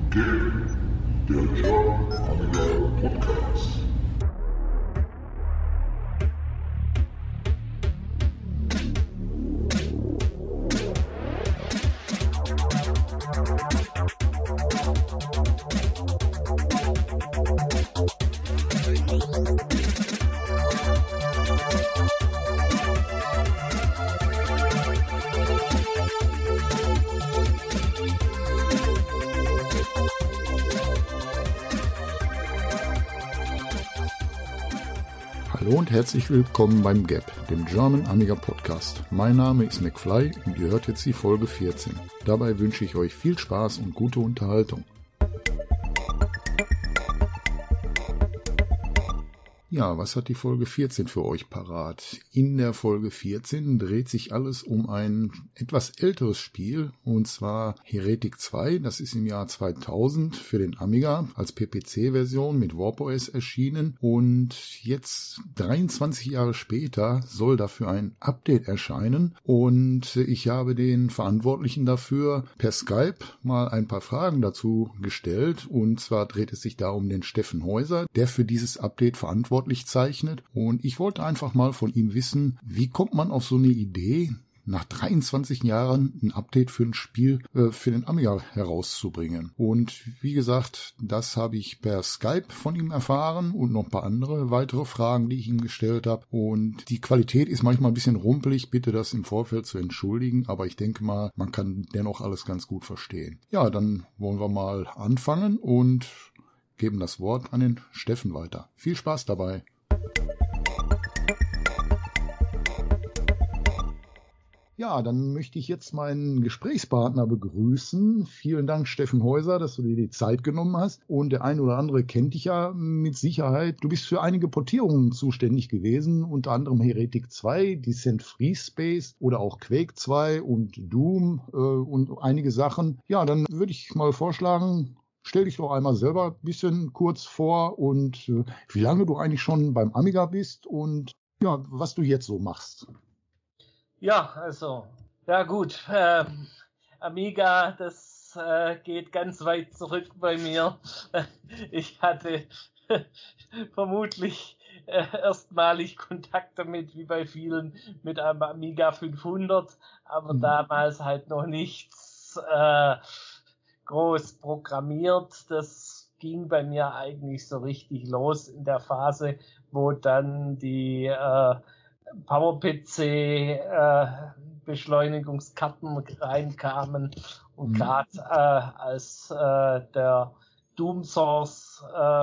Game, der German Amiga Podcast. Hallo und herzlich willkommen beim GAP, dem German Amiga Podcast. Mein Name ist McFly und ihr hört jetzt die Folge 14. Dabei wünsche ich euch viel Spaß und gute Unterhaltung. Ja, was hat die Folge 14 für euch parat? In der Folge 14 dreht sich alles um ein etwas älteres Spiel, und zwar Heretic 2. Das ist im Jahr 2000 für den Amiga als PPC-Version mit WarpOS erschienen, und jetzt 23 Jahre später soll dafür ein Update erscheinen, und ich habe den Verantwortlichen dafür per Skype mal ein paar Fragen dazu gestellt, und zwar dreht es sich da um den Steffen Häuser, der für dieses Update verantwortlich zeichnet, und ich wollte einfach mal von ihm wissen, wie kommt man auf so eine Idee, nach 23 Jahren ein Update für ein Spiel für den Amiga herauszubringen. Und wie gesagt, das habe ich per Skype von ihm erfahren und noch ein paar andere weitere Fragen, die ich ihm gestellt habe. Und die Qualität ist manchmal ein bisschen rumpelig, bitte das im Vorfeld zu entschuldigen, aber ich denke mal, man kann dennoch alles ganz gut verstehen. Ja, dann wollen wir mal anfangen und geben das Wort an den Steffen weiter. Viel Spaß dabei. Ja, dann möchte ich jetzt meinen Gesprächspartner begrüßen. Vielen Dank, Steffen Häuser, dass du dir die Zeit genommen hast. Und der ein oder andere kennt dich ja mit Sicherheit. Du bist für einige Portierungen zuständig gewesen, unter anderem Heretic 2, Descent Free Space oder auch Quake 2 und Doom und einige Sachen. Ja, dann würde ich mal vorschlagen, stell dich doch einmal selber ein bisschen kurz vor und wie lange du eigentlich schon beim Amiga bist und ja, was du jetzt so machst. Ja, also, ja gut, Amiga, das geht ganz weit zurück bei mir. Ich hatte vermutlich erstmalig Kontakt damit, wie bei vielen, mit einem Amiga 500, aber damals halt noch nichts groß programmiert. Das ging bei mir eigentlich so richtig los in der Phase, wo dann die PowerPC Beschleunigungskarten reinkamen und gerade als der Doom Source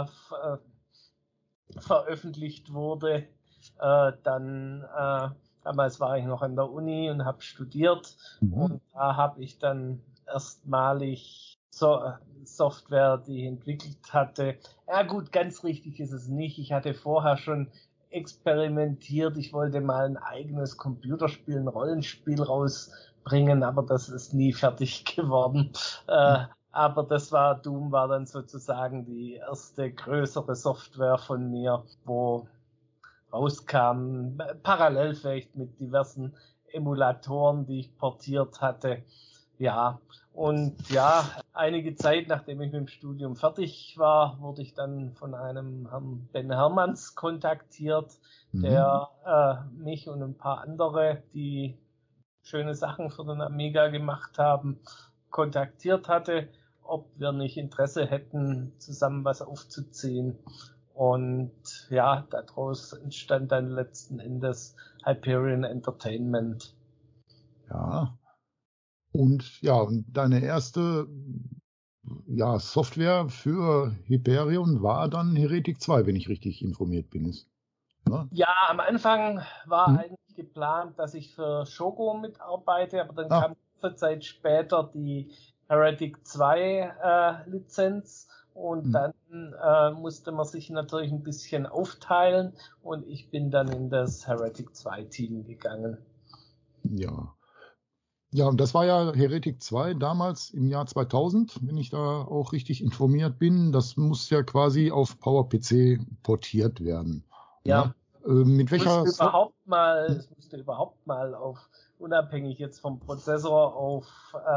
veröffentlicht wurde, dann damals war ich noch an der Uni und habe studiert, und da habe ich dann erstmalig Software, die ich entwickelt hatte. Ja gut, ganz richtig ist es nicht. Ich hatte vorher schon experimentiert. Ich wollte mal ein eigenes Computerspiel, ein Rollenspiel rausbringen, aber das ist nie fertig geworden. Aber Doom war dann sozusagen die erste größere Software von mir, wo rauskam, parallel vielleicht mit diversen Emulatoren, die ich portiert hatte. Ja, und ja, einige Zeit, nachdem ich mit dem Studium fertig war, wurde ich dann von einem Herrn Ben Hermanns kontaktiert, der mich und ein paar andere, die schöne Sachen für den Amiga gemacht haben, kontaktiert hatte, ob wir nicht Interesse hätten, zusammen was aufzuziehen. Und ja, daraus entstand dann letzten Endes Hyperion Entertainment. Ja. Und ja, deine erste Software für Hyperion war dann Heretic 2, wenn ich richtig informiert bin. Ne? Ja, am Anfang war eigentlich geplant, dass ich für Shogo mitarbeite, aber dann kam kurze Zeit später die Heretic 2 Lizenz, und dann musste man sich natürlich ein bisschen aufteilen, und ich bin dann in das Heretic 2 Team gegangen. Ja. Ja, und das war ja Heretic 2 damals im Jahr 2000, wenn ich da auch richtig informiert bin. Das muss ja quasi auf PowerPC portiert werden. Ja. Mit welcher Es musste überhaupt mal unabhängig jetzt vom Prozessor, auf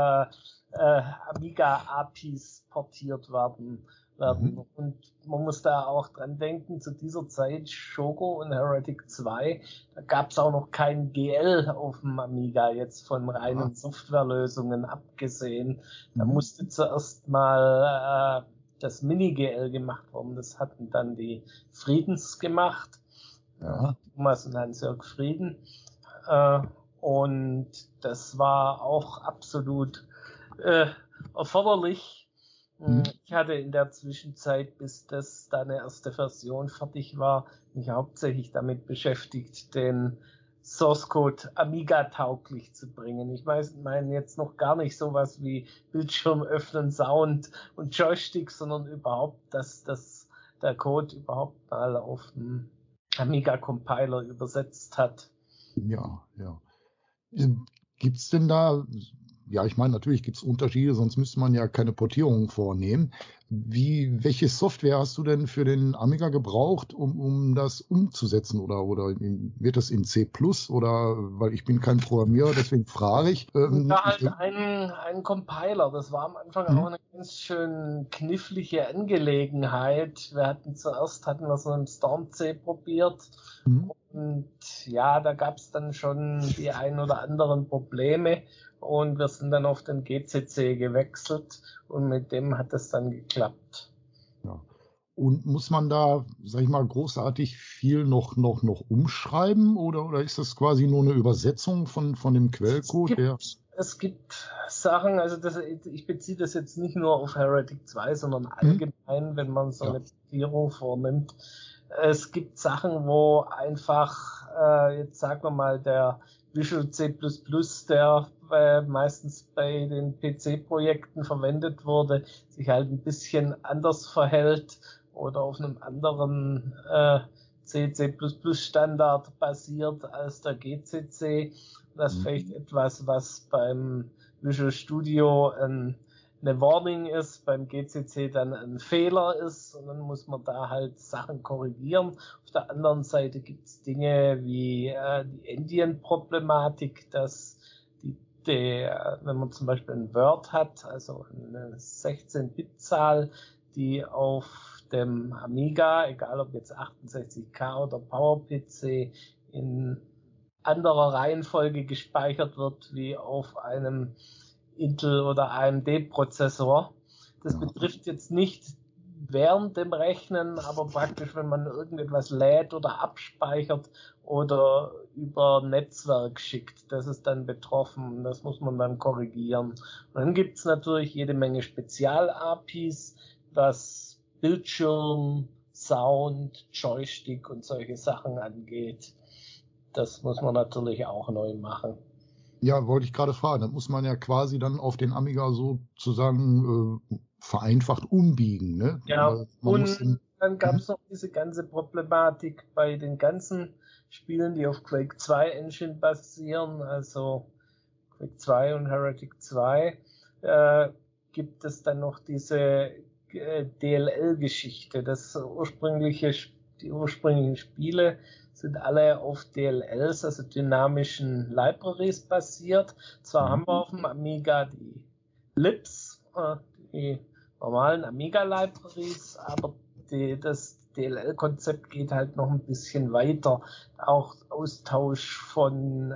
Amiga-APIs portiert werden. Und man muss da auch dran denken, zu dieser Zeit Shogo und Heretic 2, da gab es auch noch kein GL auf dem Amiga, jetzt von reinen Softwarelösungen abgesehen. Da musste zuerst mal das Mini-GL gemacht worden. Das hatten dann die Friedens gemacht. Thomas und Hans-Jörg Frieden. Und das war auch absolut erforderlich. Ich hatte in der Zwischenzeit, bis das da eine erste Version fertig war, mich hauptsächlich damit beschäftigt, den Source Code Amiga-tauglich zu bringen. Ich meine jetzt noch gar nicht sowas wie Bildschirm öffnen, Sound und Joystick, sondern überhaupt, dass der Code überhaupt mal auf dem Amiga-Compiler übersetzt hat. Ja. Gibt's denn da, ja, ich meine, natürlich gibt's Unterschiede, sonst müsste man ja keine Portierungen vornehmen. Welche Software hast du denn für den Amiga gebraucht, um das umzusetzen? Oder wird das in C++ oder, weil ich bin kein Programmierer, deswegen frage ich. Ja, halt ein Compiler. Das war am Anfang auch eine ganz schön knifflige Angelegenheit. Zuerst hatten wir so einen Storm C probiert. Und ja, da gab es dann schon die ein oder anderen Probleme. Und wir sind dann auf den GCC gewechselt und mit dem hat es dann geklappt. Ja. Und muss man da, sag ich mal, großartig viel noch umschreiben oder ist das quasi nur eine Übersetzung von dem Quellcode? Es gibt Sachen, also ich beziehe das jetzt nicht nur auf Heretic 2, sondern allgemein, wenn man so eine Portierung vornimmt. Es gibt Sachen, wo einfach, jetzt sagen wir mal, der Visual C++, der meistens bei den PC-Projekten verwendet wurde, sich halt ein bisschen anders verhält oder auf einem anderen C++-Standard basiert als der GCC. Das ist vielleicht etwas, was beim Visual Studio eine Warning ist, beim GCC dann ein Fehler ist und dann muss man da halt Sachen korrigieren. Auf der anderen Seite gibt es Dinge wie die Endian-Problematik, dass wenn man zum Beispiel ein Word hat, also eine 16-Bit-Zahl, die auf dem Amiga, egal ob jetzt 68K oder PowerPC, in anderer Reihenfolge gespeichert wird wie auf einem Intel- oder AMD-Prozessor. Das betrifft jetzt nicht während dem Rechnen, aber praktisch, wenn man irgendetwas lädt oder abspeichert oder über Netzwerk schickt, das ist dann betroffen. Das muss man dann korrigieren. Und dann gibt's natürlich jede Menge Spezial-APIs, was Bildschirm, Sound, Joystick und solche Sachen angeht. Das muss man natürlich auch neu machen. Ja, wollte ich gerade fragen. Das muss man ja quasi dann auf den Amiga sozusagen vereinfacht umbiegen, ne? Ja, und dann gab es noch diese ganze Problematik bei den ganzen Spielen, die auf Quake 2 Engine basieren, also Quake 2 und Heretic 2, gibt es dann noch diese DLL-Geschichte. Die ursprünglichen Spiele sind alle auf DLLs, also dynamischen Libraries basiert. Zwar haben wir auf dem Amiga die Libs, die normalen Amiga-Libraries, aber das DLL-Konzept geht halt noch ein bisschen weiter. Auch Austausch von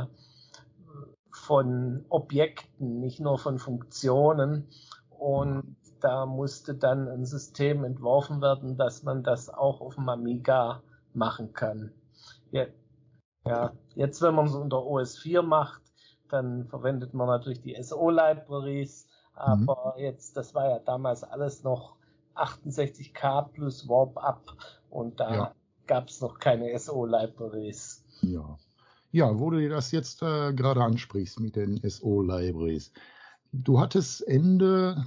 Objekten, nicht nur von Funktionen. Und da musste dann ein System entworfen werden, dass man das auch auf dem Amiga machen kann. Jetzt, wenn man es unter OS 4 macht, dann verwendet man natürlich die SO-Libraries, aber jetzt, das war ja damals alles noch 68K plus Warp-Up und da gab es noch keine SO-Libraries. Ja, wo du das jetzt gerade ansprichst mit den SO-Libraries. Du hattest Ende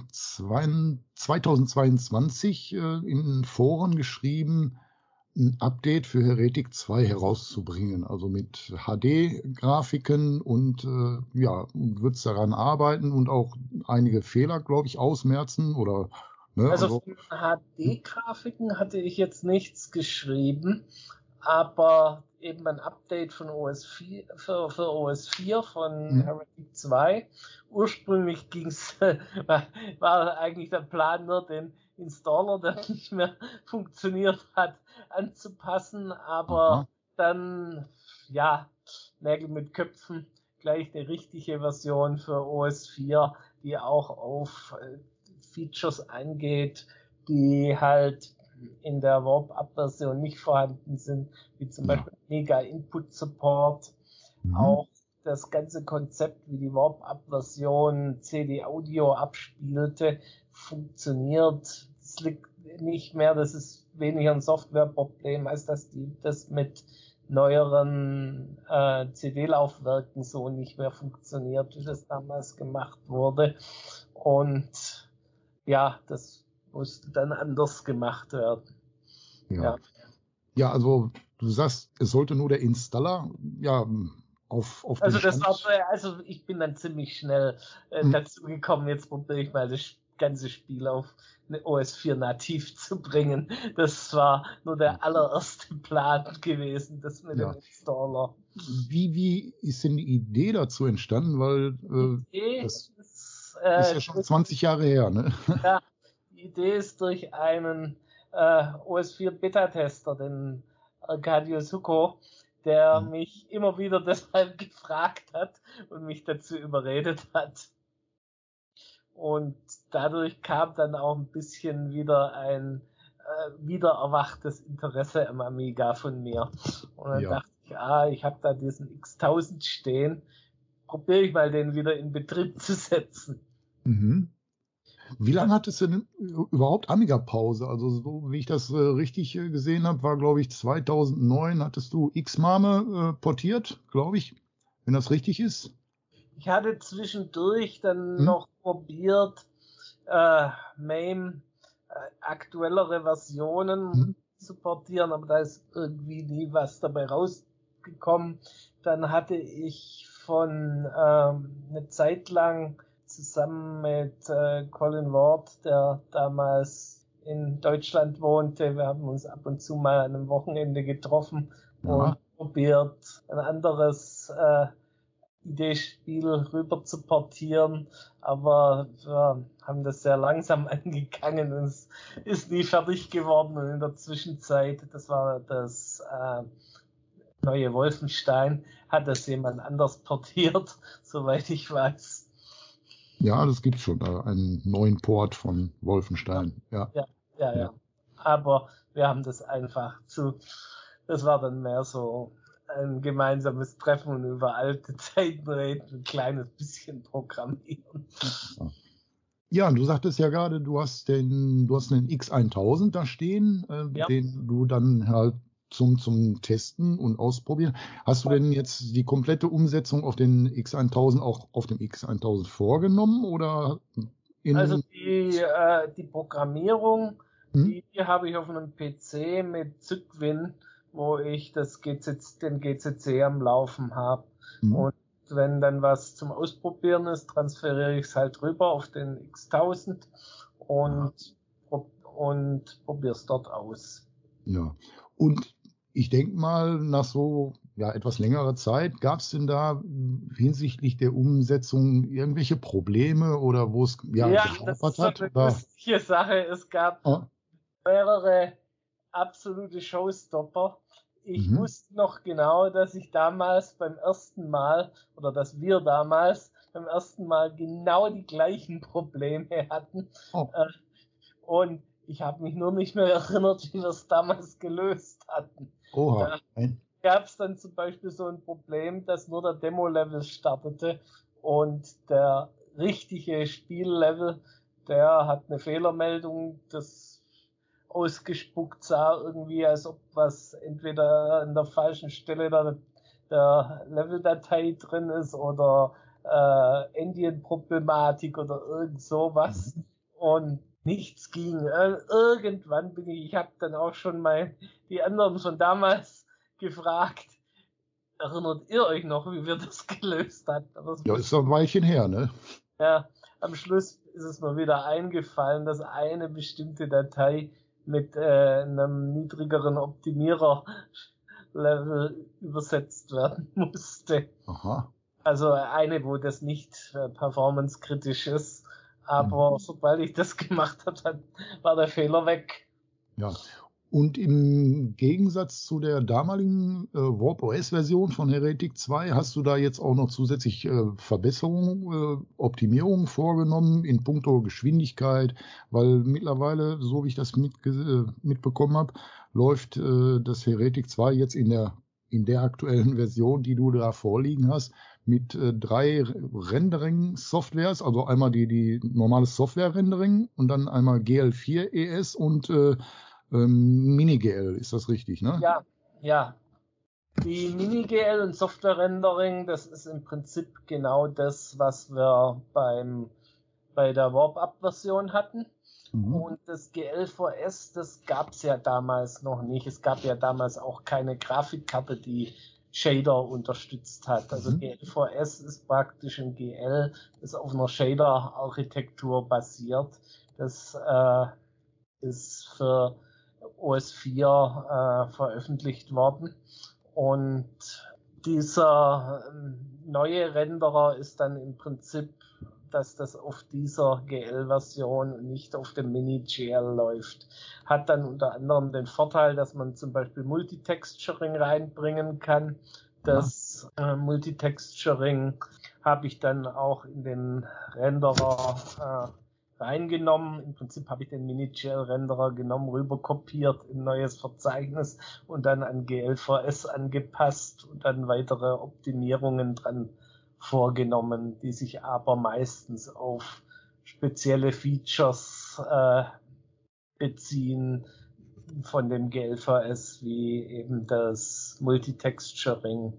2022 in Foren geschrieben, ein Update für Heretic 2 herauszubringen, also mit HD-Grafiken und würdest daran arbeiten und auch einige Fehler, glaube ich, ausmerzen oder ne? Also von HD-Grafiken hatte ich jetzt nichts geschrieben, aber eben ein Update von OS 4 für OS 4 von Heretic 2. Ursprünglich war eigentlich der Plan, nur den Installer, der nicht mehr funktioniert hat, anzupassen, aber dann, ja, Nägel mit Köpfen, gleich eine richtige Version für OS 4, die auch auf Features eingeht, die halt in der Warp-Up-Version nicht vorhanden sind, wie zum Beispiel Mega Input Support, auch das ganze Konzept, wie die Warp-Up-Version CD-Audio abspielte, funktioniert. Das liegt nicht mehr, das ist weniger ein Softwareproblem, als dass das mit neueren CD-Laufwerken so nicht mehr funktioniert, wie das damals gemacht wurde. Und ja, das musste dann anders gemacht werden. Ja, also du sagst, es sollte nur der Installer auf also den das war, also ich bin dann ziemlich schnell dazu gekommen, jetzt probiere ich mal das ganze Spiel auf eine OS 4 nativ zu bringen. Das war nur der allererste Plan gewesen, das mit dem Installer. Wie ist denn die Idee dazu entstanden? Weil das ist ja schon 20 Jahre her, ne? Ja, die Idee ist durch einen OS 4 Beta-Tester, den Arkadiusz Huko, der mich immer wieder deshalb gefragt hat und mich dazu überredet hat. Und dadurch kam dann auch ein bisschen wieder ein wiedererwachtes Interesse am Amiga von mir. Und dann dachte ich, ich habe da diesen X1000 stehen, probiere ich mal den wieder in Betrieb zu setzen. Wie lange hattest du denn überhaupt Amiga-Pause? Also so wie ich das richtig gesehen habe, war glaube ich 2009, hattest du X-Mame portiert, glaube ich, wenn das richtig ist. Ich hatte zwischendurch dann noch probiert, MAME aktuellere Versionen zu portieren, aber da ist irgendwie nie was dabei rausgekommen. Dann hatte ich von eine Zeit lang zusammen mit Colin Ward, der damals in Deutschland wohnte, wir haben uns ab und zu mal an einem Wochenende getroffen und probiert, ein anderes Idee-Spiel rüber zu portieren, aber wir haben das sehr langsam angegangen und es ist nie fertig geworden. Und in der Zwischenzeit, das war das neue Wolfenstein, hat das jemand anders portiert, soweit ich weiß. Ja, das gibt schon, einen neuen Port von Wolfenstein. Ja. Aber wir haben das einfach das war dann mehr so ein gemeinsames Treffen und über alte Zeiten reden, ein kleines bisschen programmieren. Ja, du sagtest ja gerade, du hast einen X1000 da stehen, den du dann halt zum Testen und Ausprobieren. Hast du denn jetzt die komplette Umsetzung auf den X1000 auch auf dem X1000 vorgenommen oder? Also die Programmierung, die habe ich auf einem PC mit Cygwin, wo ich den GCC am Laufen habe. Und wenn dann was zum Ausprobieren ist, transferiere ich es halt rüber auf den X1000 und probiere es dort aus. Ja, und ich denke mal, nach so etwas längerer Zeit, gab es denn da hinsichtlich der Umsetzung irgendwelche Probleme oder wo es das ist so eine lustige Sache. Es gab mehrere absolute Showstopper. Ich wusste noch genau, dass wir damals beim ersten Mal genau die gleichen Probleme hatten. Und ich habe mich nur nicht mehr erinnert, wie wir es damals gelöst hatten. Da gab es dann zum Beispiel so ein Problem, dass nur der Demo-Level startete und der richtige Spiellevel, der hat eine Fehlermeldung, das ausgespuckt sah irgendwie, als ob was entweder an der falschen Stelle der Leveldatei drin ist oder Endian-Problematik oder irgend sowas. Und nichts ging. Irgendwann ich habe dann auch schon die anderen von damals gefragt, erinnert ihr euch noch, wie wir das gelöst hatten? Ist doch ein Weilchen her, ne? Ja, am Schluss ist es mir wieder eingefallen, dass eine bestimmte Datei mit einem niedrigeren Optimierer Level übersetzt werden musste. Aha. Also eine, wo das nicht performancekritisch ist. Aber sobald ich das gemacht habe, dann war der Fehler weg. Ja. Und im Gegensatz zu der damaligen Warp OS-Version von Heretic 2 hast du da jetzt auch noch zusätzlich Verbesserungen, Optimierungen vorgenommen in puncto Geschwindigkeit, weil mittlerweile, so wie ich das mitbekommen habe, läuft das Heretic 2 jetzt in der aktuellen Version, die du da vorliegen hast, mit 3 Rendering-Softwares, also einmal die normale Software-Rendering und dann einmal GL4 ES und Mini-GL, ist das richtig, ne? Ja. Die Mini-GL und Software-Rendering, das ist im Prinzip genau das, was wir bei der Warp-Up-Version hatten. Und das GL4S, das gab es ja damals noch nicht. Es gab ja damals auch keine Grafikkarte, die Shader unterstützt hat. Also GL4S ist praktisch ein GL, das auf einer Shader-Architektur basiert. Das ist für OS 4 veröffentlicht worden. Und dieser neue Renderer ist dann im Prinzip, dass das auf dieser GL-Version und nicht auf dem Mini-GL läuft. Hat dann unter anderem den Vorteil, dass man zum Beispiel Multitexturing reinbringen kann. Das Multitexturing habe ich dann auch in den Renderer reingenommen. Im Prinzip habe ich den Mini-GL-Renderer genommen, rüberkopiert in ein neues Verzeichnis und dann an GL4S angepasst und dann weitere Optimierungen dran vorgenommen, die sich aber meistens auf spezielle Features beziehen von dem GL4S, wie eben das Multitexturing.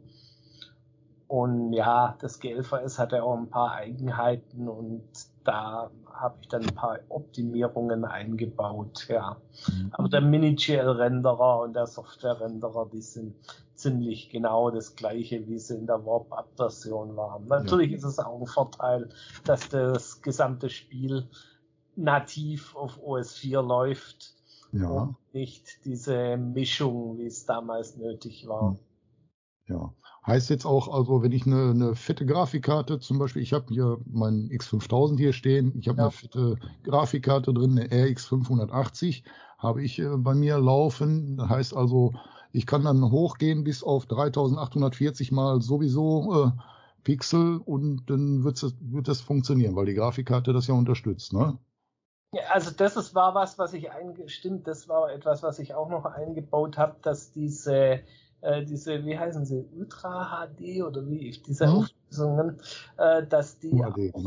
Und ja, das GL4S hat ja auch ein paar Eigenheiten und da habe ich dann ein paar Optimierungen eingebaut, ja. Aber der Mini-GL-Renderer und der Software-Renderer, die sind ziemlich genau das gleiche, wie sie in der Warp-Up-Version waren. Natürlich ist es auch ein Vorteil, dass das gesamte Spiel nativ auf OS 4 läuft und nicht diese Mischung, wie es damals nötig war. Ja, heißt jetzt auch, also wenn ich eine fette Grafikkarte, zum Beispiel, ich habe hier meinen X5000 hier stehen, ich habe eine fette Grafikkarte drin, eine RX 580, habe ich bei mir laufen. Das heißt also, ich kann dann hochgehen bis auf 3840 mal sowieso Pixel und dann wird das funktionieren, weil die Grafikkarte das ja unterstützt, ne? Ja, also das war was ich das war etwas, was ich auch noch eingebaut habe, dass diese, wie heißen sie, Ultra HD oder wie, diese Auflösungen, dass die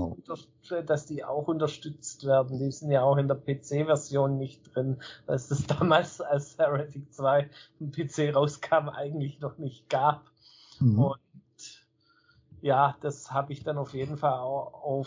auch unterstützt werden. Die sind ja auch in der PC-Version nicht drin, weil es das damals, als Heretic 2 im PC rauskam, eigentlich noch nicht gab. Und ja, das habe ich dann auf jeden Fall auch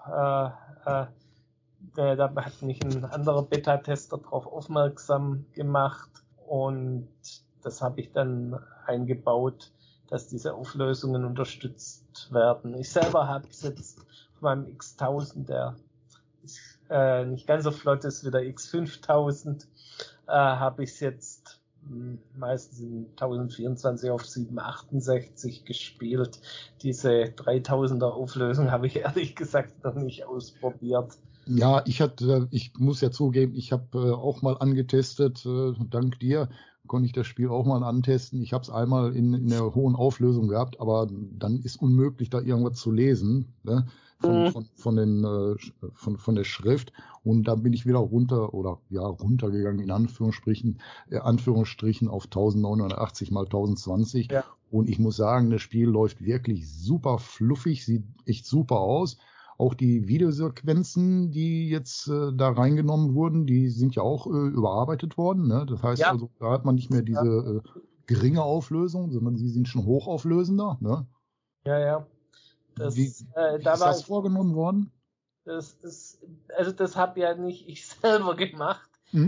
da hat mich ein anderer Beta-Tester darauf aufmerksam gemacht und das habe ich dann eingebaut, dass diese Auflösungen unterstützt werden. Ich selber habe es jetzt auf meinem X1000, der nicht ganz so flott ist wie der X5000, habe ich es jetzt meistens in 1024 auf 768 gespielt. Diese 3000er Auflösung habe ich ehrlich gesagt noch nicht ausprobiert. Ja, ich muss ja zugeben, ich habe auch mal angetestet, dank dir konnte ich das Spiel auch mal antesten. Ich habe es einmal in der hohen Auflösung gehabt, aber dann ist unmöglich, da irgendwas zu lesen, ne? Von der Schrift. Und dann bin ich wieder runtergegangen, in Anführungsstrichen auf 1980 mal 1020. Ja. Und ich muss sagen, das Spiel läuft wirklich super fluffig, sieht echt super aus. Auch die Videosequenzen, die jetzt da reingenommen wurden, die sind ja auch überarbeitet worden. Ne? Das heißt also, da hat man nicht mehr diese geringe Auflösung, sondern sie sind schon hochauflösender. Ne? Ja. Wie ist das vorgenommen worden? Das habe ja nicht ich selber gemacht.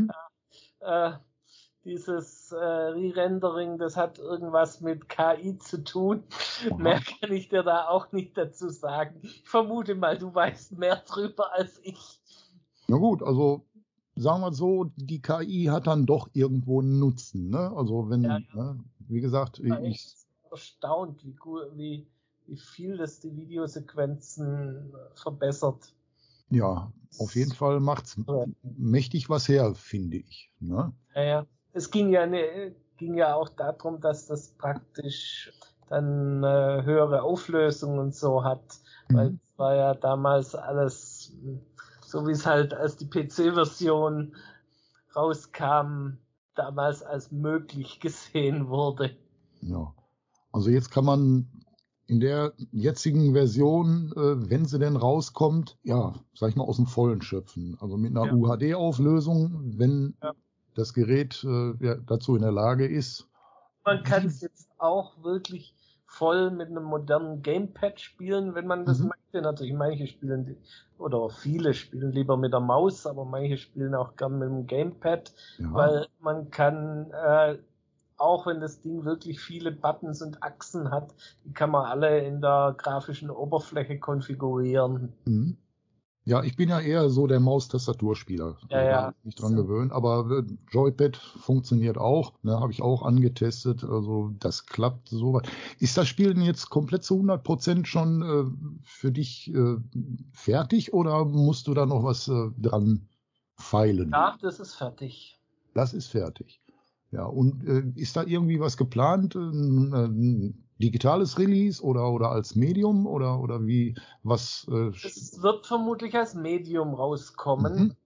Dieses Re-Rendering, das hat irgendwas mit KI zu tun. Aha. Mehr kann ich dir da auch nicht dazu sagen. Ich vermute mal, du weißt mehr drüber als ich. Na gut, also sagen wir so, die KI hat dann doch irgendwo einen Nutzen. Ne? Also wenn wie gesagt, Ich war echt erstaunt, wie viel das die Videosequenzen verbessert. Ja, auf jeden Fall macht's mächtig was her, finde ich. Ne? Ja. Es ging ja auch darum, dass das praktisch dann höhere Auflösung und so hat, weil es war ja damals alles, so wie es halt als die PC-Version rauskam, damals als möglich gesehen wurde. Ja, also jetzt kann man in der jetzigen Version, wenn sie denn rauskommt, ja, sag ich mal, aus dem Vollen schöpfen. Also mit einer UHD-Auflösung, wenn das Gerät dazu in der Lage ist. Man kann es jetzt auch wirklich voll mit einem modernen Gamepad spielen, wenn man das möchte. Natürlich, manche spielen oder viele spielen lieber mit der Maus, aber manche spielen auch gern mit dem Gamepad, weil man kann auch wenn das Ding wirklich viele Buttons und Achsen hat, die kann man alle in der grafischen Oberfläche konfigurieren. Ja, ich bin ja eher so der Maus-Tastaturspieler. Da bin ich dran gewöhnt. Aber Joypad funktioniert auch. Ne, habe ich auch angetestet. Also das klappt soweit. Ist das Spiel denn jetzt komplett zu 100% schon für dich fertig oder musst du da noch was dran feilen? Ja, das ist fertig. Das ist fertig. Ja, und ist da irgendwie was geplant? Ein digitales Release oder als Medium oder wie was? Es wird vermutlich als Medium rauskommen.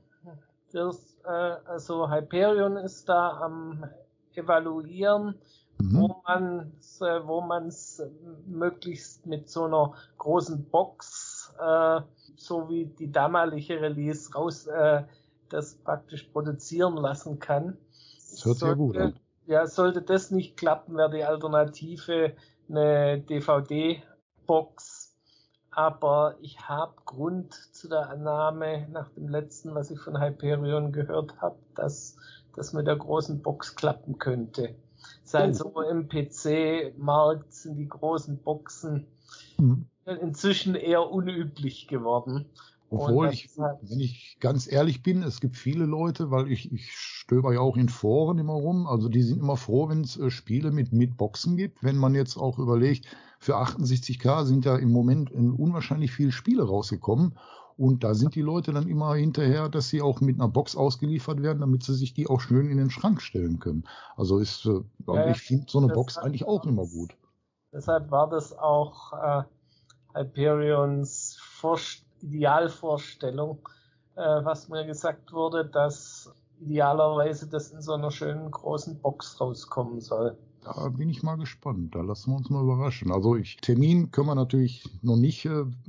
Also Hyperion ist da am Evaluieren, wo man es möglichst mit so einer großen Box, so wie die damalige Release das praktisch produzieren lassen kann. Das hört sich ja gut an. Ja, sollte das nicht klappen, wäre die Alternative eine DVD-Box. Aber ich habe Grund zu der Annahme, nach dem letzten, was ich von Hyperion gehört habe, dass das mit der großen Box klappen könnte. Seit so im PC-Markt sind die großen Boxen inzwischen eher unüblich geworden. Obwohl, wenn ich ganz ehrlich bin, es gibt viele Leute, weil ich stöber ja auch in Foren immer rum, also die sind immer froh, wenn es Spiele mit Boxen gibt. Wenn man jetzt auch überlegt, für 68K sind ja im Moment unwahrscheinlich viele Spiele rausgekommen und da sind die Leute dann immer hinterher, dass sie auch mit einer Box ausgeliefert werden, damit sie sich die auch schön in den Schrank stellen können. Also ich finde so eine Box eigentlich auch immer gut. Deshalb war das auch Hyperions Idealvorstellung, was mir gesagt wurde, dass idealerweise das in so einer schönen großen Box rauskommen soll. Da bin ich mal gespannt. Da lassen wir uns mal überraschen. Also Termin können wir natürlich noch nicht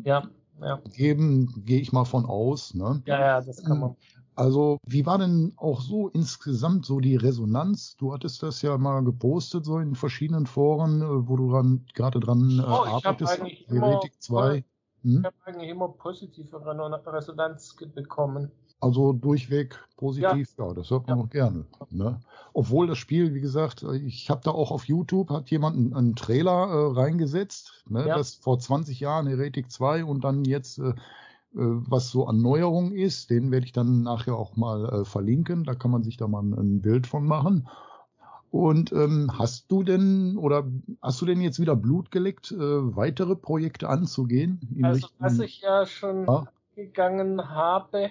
geben, gehe ich mal von aus. Ne? Ja, das kann man. Also wie war denn auch so insgesamt so die Resonanz? Du hattest das ja mal gepostet, so in verschiedenen Foren, wo du gerade dran arbeitest. Heretic 2. Ich habe eigentlich immer positive Resonanz bekommen. Also durchweg positiv, ja das hört man auch gerne. Ne? Obwohl das Spiel, wie gesagt, ich habe da auch auf YouTube, hat jemand einen Trailer reingesetzt, ne? Das vor 20 Jahren Heretic 2 und dann jetzt, was so an Neuerung ist, den werde ich dann nachher auch mal verlinken, da kann man sich da mal ein Bild von machen. Und hast du denn jetzt wieder Blut geleckt, weitere Projekte anzugehen? Also was ich ja schon gegangen habe,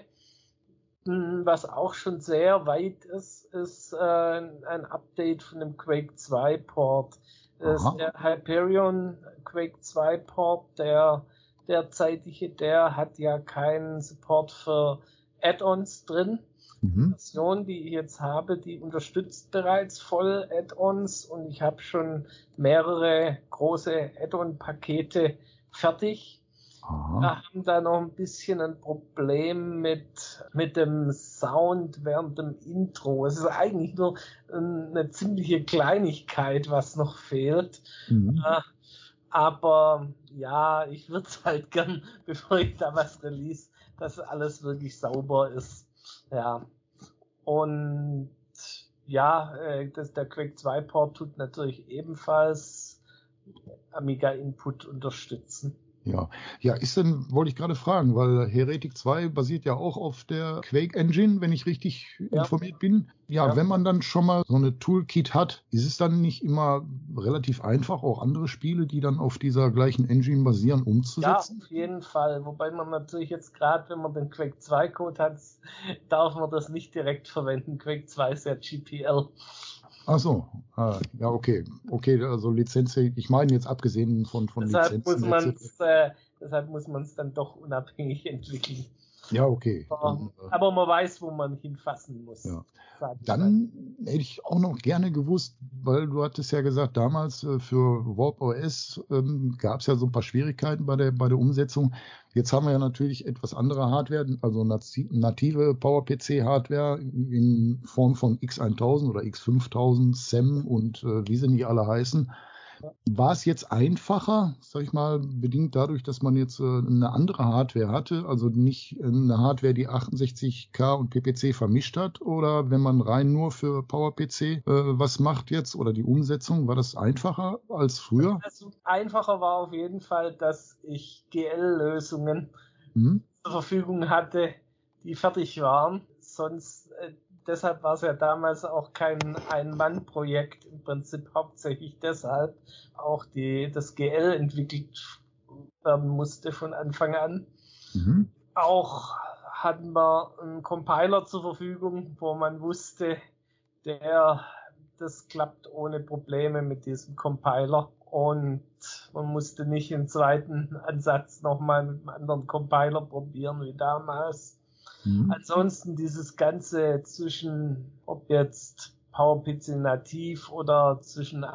was auch schon sehr weit ist ein Update von dem Quake 2 Port. Das ist der Hyperion Quake 2 Port, der derzeitige, der hat ja keinen Support für Add-ons drin. Die Version, die ich jetzt habe, die unterstützt bereits voll Add-ons und ich habe schon mehrere große Add-on-Pakete fertig. Wir haben da noch ein bisschen ein Problem mit dem Sound während dem Intro. Es ist eigentlich nur eine ziemliche Kleinigkeit, was noch fehlt. Aber ja, ich würde es halt gern, bevor ich da was release, dass alles wirklich sauber ist. Ja. Und ja, der Quake 2 Port tut natürlich ebenfalls Amiga Input unterstützen. Ja, ja, wollte ich gerade fragen, weil Heretic 2 basiert ja auch auf der Quake Engine, wenn ich richtig informiert bin. Ja, wenn man dann schon mal so eine Toolkit hat, ist es dann nicht immer relativ einfach, auch andere Spiele, die dann auf dieser gleichen Engine basieren, umzusetzen? Ja, auf jeden Fall. Wobei man natürlich jetzt gerade, wenn man den Quake 2 Code hat, darf man das nicht direkt verwenden. Quake 2 ist ja GPL. Ach so, ja, okay. Okay, also Lizenz, ich meine jetzt abgesehen von Deshalb Lizenzen. deshalb muss man es dann doch unabhängig entwickeln. Ja, okay. Aber man weiß, wo man hinfassen muss. Ja. Dann hätte ich auch noch gerne gewusst, weil du hattest ja gesagt, damals für Warp OS gab es ja so ein paar Schwierigkeiten bei der Umsetzung. Jetzt haben wir ja natürlich etwas andere Hardware, also native PowerPC-Hardware in Form von X1000 oder X5000, SEM und wie sie nicht alle heißen. War es jetzt einfacher, sag ich mal, bedingt dadurch, dass man jetzt eine andere Hardware hatte, also nicht eine Hardware, die 68K und PPC vermischt hat, oder wenn man rein nur für PowerPC was macht jetzt oder die Umsetzung, war das einfacher als früher? Also einfacher war auf jeden Fall, dass ich GL-Lösungen zur Verfügung hatte, die fertig waren. Sonst deshalb war es ja damals auch kein Ein-Mann-Projekt, im Prinzip hauptsächlich deshalb auch das GL entwickelt werden musste von Anfang an. Auch hatten wir einen Compiler zur Verfügung, wo man wusste, das klappt ohne Probleme mit diesem Compiler und man musste nicht im zweiten Ansatz nochmal mit einem anderen Compiler probieren wie damals. Ansonsten dieses Ganze zwischen, ob jetzt PowerPC nativ oder zwischen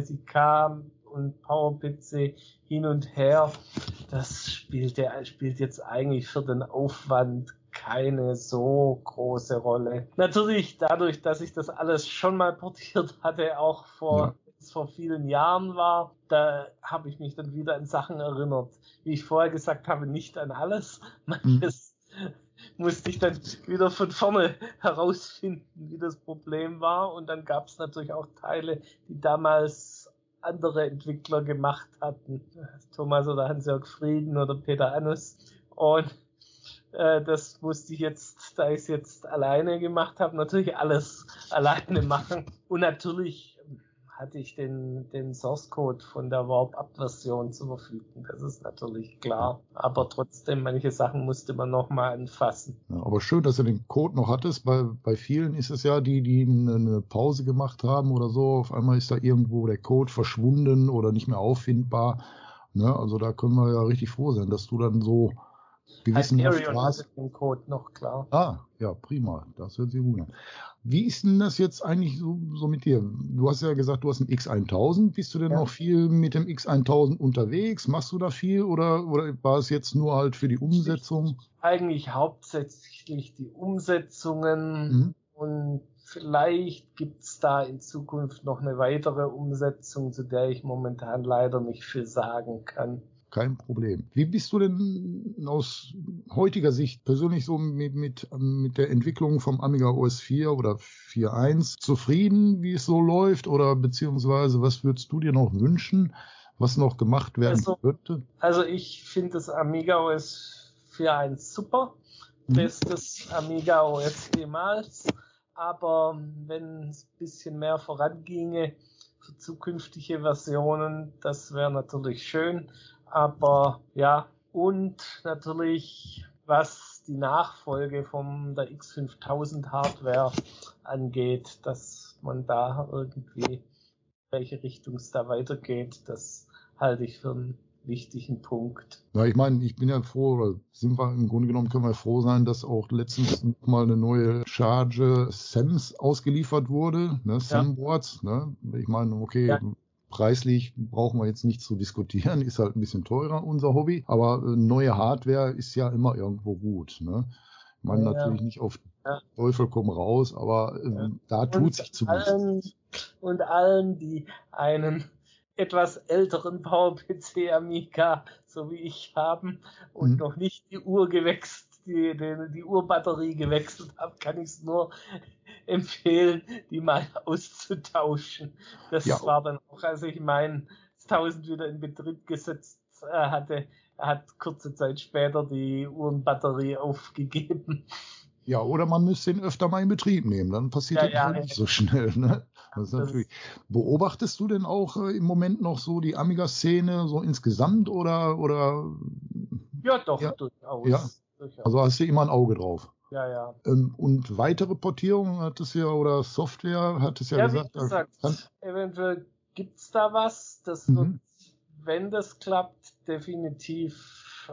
68K und PowerPC hin und her, das spielt jetzt eigentlich für den Aufwand keine so große Rolle. Natürlich dadurch, dass ich das alles schon mal portiert hatte, auch vor vielen Jahren war, da habe ich mich dann wieder an Sachen erinnert. Wie ich vorher gesagt habe, nicht an alles. Manches musste ich dann wieder von vorne herausfinden, wie das Problem war. Und dann gab es natürlich auch Teile, die damals andere Entwickler gemacht hatten. Thomas oder Hans-Jörg Frieden oder Peter Annus. Und das musste ich jetzt, da ich es jetzt alleine gemacht habe, natürlich alles alleine machen. Und natürlich hatte ich den Source Code von der Warp-Up-Version zur Verfügung. Das ist natürlich klar. Aber trotzdem, manche Sachen musste man nochmal anfassen. Ja, aber schön, dass du den Code noch hattest. Bei vielen ist es ja, die eine Pause gemacht haben oder so. Auf einmal ist da irgendwo der Code verschwunden oder nicht mehr auffindbar. Ne? Also da können wir ja richtig froh sein, dass du dann so gewissenhaft warst. Den Code noch klar. Ah, ja, prima. Das hört sich gut an. Wie ist denn das jetzt eigentlich so mit dir? Du hast ja gesagt, du hast einen X1000. Bist du denn noch viel mit dem X1000 unterwegs? Machst du da viel oder war es jetzt nur halt für die Umsetzung? Eigentlich hauptsächlich die Umsetzungen und vielleicht gibt's da in Zukunft noch eine weitere Umsetzung, zu der ich momentan leider nicht viel sagen kann. Kein Problem. Wie bist du denn aus heutiger Sicht persönlich so mit der Entwicklung vom Amiga OS 4 oder 4.1 zufrieden, wie es so läuft? Oder beziehungsweise was würdest du dir noch wünschen, was noch gemacht werden könnte? Also ich finde das Amiga OS 4.1 super. Bestes Amiga OS jemals. Aber wenn es ein bisschen mehr voranginge für zukünftige Versionen, das wäre natürlich schön. Aber ja, und natürlich, was die Nachfolge von der X5000 Hardware angeht, dass man da irgendwie, in welche Richtung es da weitergeht, das halte ich für einen wichtigen Punkt. Ja, ich meine, ich bin ja froh, oder sind wir im Grunde genommen, können wir froh sein, dass auch letztens mal eine neue Charge SEMs ausgeliefert wurde, ne, SEM-Boards, ne? Ich meine, okay, preislich brauchen wir jetzt nicht zu diskutieren, ist halt ein bisschen teurer, unser Hobby, aber neue Hardware ist ja immer irgendwo gut, ne? Ich meine natürlich nicht auf Teufel komm raus, aber da tut sich zumindest. Und allen, die einen etwas älteren PowerPC Amiga, so wie ich haben und noch nicht die Uhr die Urbatterie gewechselt habe, kann ich es nur empfehlen, die mal auszutauschen. Das war dann auch, als ich meinen 1000 wieder in Betrieb gesetzt hatte, hat kurze Zeit später die Uhrenbatterie aufgegeben. Ja, oder man müsste ihn öfter mal in Betrieb nehmen, dann passiert das nicht so schnell. Ne? Das ist natürlich. Beobachtest du denn auch im Moment noch so die Amiga-Szene so insgesamt oder? Ja, doch, durchaus. Ja. Also hast du immer ein Auge drauf. Ja. Und weitere Portierungen hat es ja, oder Software hat es ja gesagt. Wie gesagt, eventuell gibt es da was. Das wird, wenn das klappt, definitiv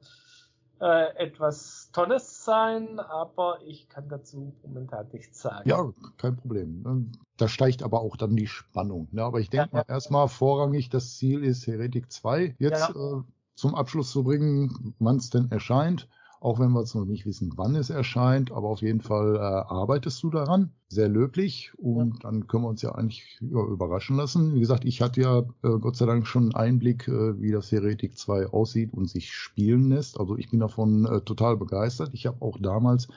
etwas Tolles sein, aber ich kann dazu momentan nichts sagen. Ja, kein Problem. Da steigt aber auch dann die Spannung. Ne? Aber ich denke mal, erstmal vorrangig das Ziel ist, Heretic 2 jetzt zum Abschluss zu bringen, wann es denn erscheint. Auch wenn wir jetzt noch nicht wissen, wann es erscheint, aber auf jeden Fall arbeitest du daran. Sehr löblich und dann können wir uns ja eigentlich überraschen lassen. Wie gesagt, ich hatte ja Gott sei Dank schon einen Einblick, wie das Heretic 2 aussieht und sich spielen lässt. Also ich bin davon total begeistert. Ich habe auch damals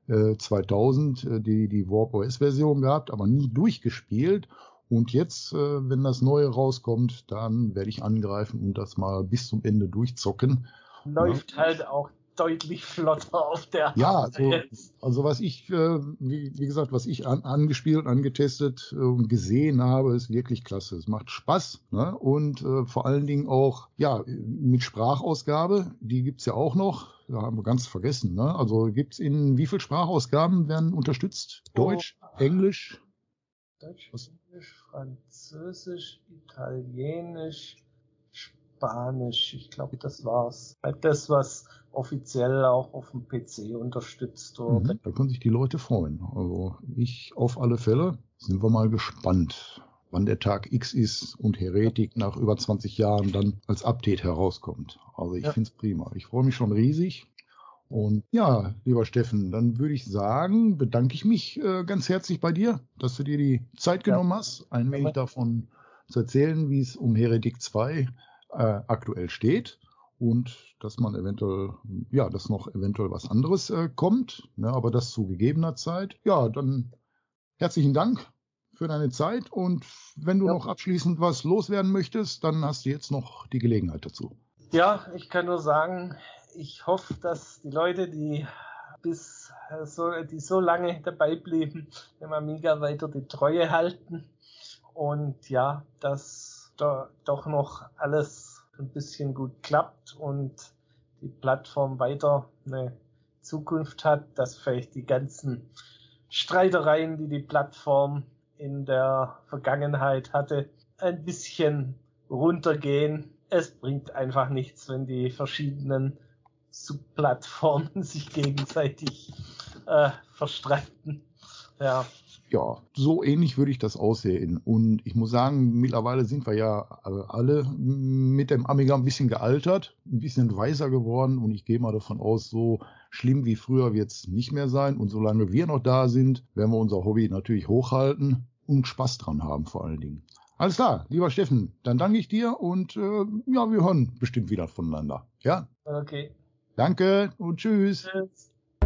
2000 die Warp OS Version gehabt, aber nie durchgespielt. Und jetzt, wenn das Neue rauskommt, dann werde ich angreifen und das mal bis zum Ende durchzocken. Läuft halt auch deutlich flotter auf der also was ich, wie gesagt, was ich angespielt, angetestet und gesehen habe, ist wirklich klasse. Es macht Spaß, ne? Und vor allen Dingen auch, mit Sprachausgabe, die gibt's ja auch noch, da haben wir ganz vergessen, ne? Also gibt's wie viele Sprachausgaben werden unterstützt? Deutsch, Englisch? Deutsch, Englisch, Französisch, Italienisch, Spanisch, ich glaube, das war's. Halt das, was offiziell auch auf dem PC unterstützt wurde. Da können sich die Leute freuen. Also ich auf alle Fälle. Sind wir mal gespannt, wann der Tag X ist und Heretic nach über 20 Jahren dann als Update herauskommt. Also ich finde es prima. Ich freue mich schon riesig. Und ja, lieber Steffen, dann würde ich sagen, bedanke ich mich ganz herzlich bei dir, dass du dir die Zeit genommen hast, ein wenig davon zu erzählen, wie es um Heretic 2 aktuell steht und dass man eventuell, dass noch eventuell was anderes kommt, ne, aber das zu gegebener Zeit. Ja, dann herzlichen Dank für deine Zeit und wenn du noch abschließend was loswerden möchtest, dann hast du jetzt noch die Gelegenheit dazu. Ja, ich kann nur sagen, ich hoffe, dass die Leute, die so lange dabei blieben, dem Amiga weiter die Treue halten und dass da doch noch alles ein bisschen gut klappt und die Plattform weiter eine Zukunft hat, dass vielleicht die ganzen Streitereien, die die Plattform in der Vergangenheit hatte, ein bisschen runtergehen. Es bringt einfach nichts, wenn die verschiedenen Subplattformen sich gegenseitig verstreiten. Ja, so ähnlich würde ich das aussehen. Und ich muss sagen, mittlerweile sind wir ja alle mit dem Amiga ein bisschen gealtert, ein bisschen weiser geworden. Und ich gehe mal davon aus, so schlimm wie früher wird es nicht mehr sein. Und solange wir noch da sind, werden wir unser Hobby natürlich hochhalten und Spaß dran haben vor allen Dingen. Alles klar, lieber Steffen, dann danke ich dir und wir hören bestimmt wieder voneinander. Ja? Okay. Danke und tschüss. Tschüss.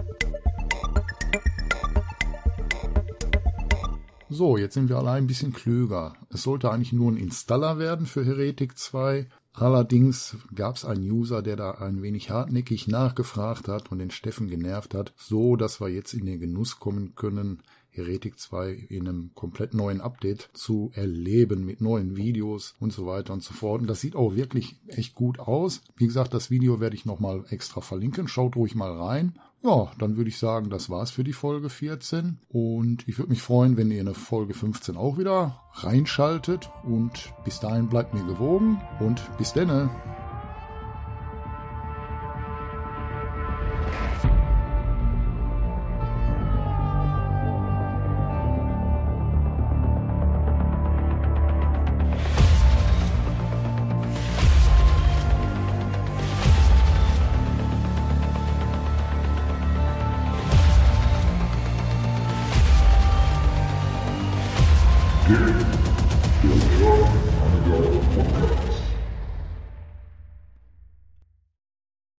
So, jetzt sind wir alle ein bisschen klüger. Es sollte eigentlich nur ein Installer werden für Heretic 2. Allerdings gab es einen User, der da ein wenig hartnäckig nachgefragt hat und den Steffen genervt hat, so dass wir jetzt in den Genuss kommen können, Heretic 2 in einem komplett neuen Update zu erleben mit neuen Videos und so weiter und so fort. Und das sieht auch wirklich echt gut aus. Wie gesagt, das Video werde ich nochmal extra verlinken. Schaut ruhig mal rein. Ja, dann würde ich sagen, das war's für die Folge 14. Und ich würde mich freuen, wenn ihr in der Folge 15 auch wieder reinschaltet. Und bis dahin bleibt mir gewogen und bis denne. Der Amiga Podcast.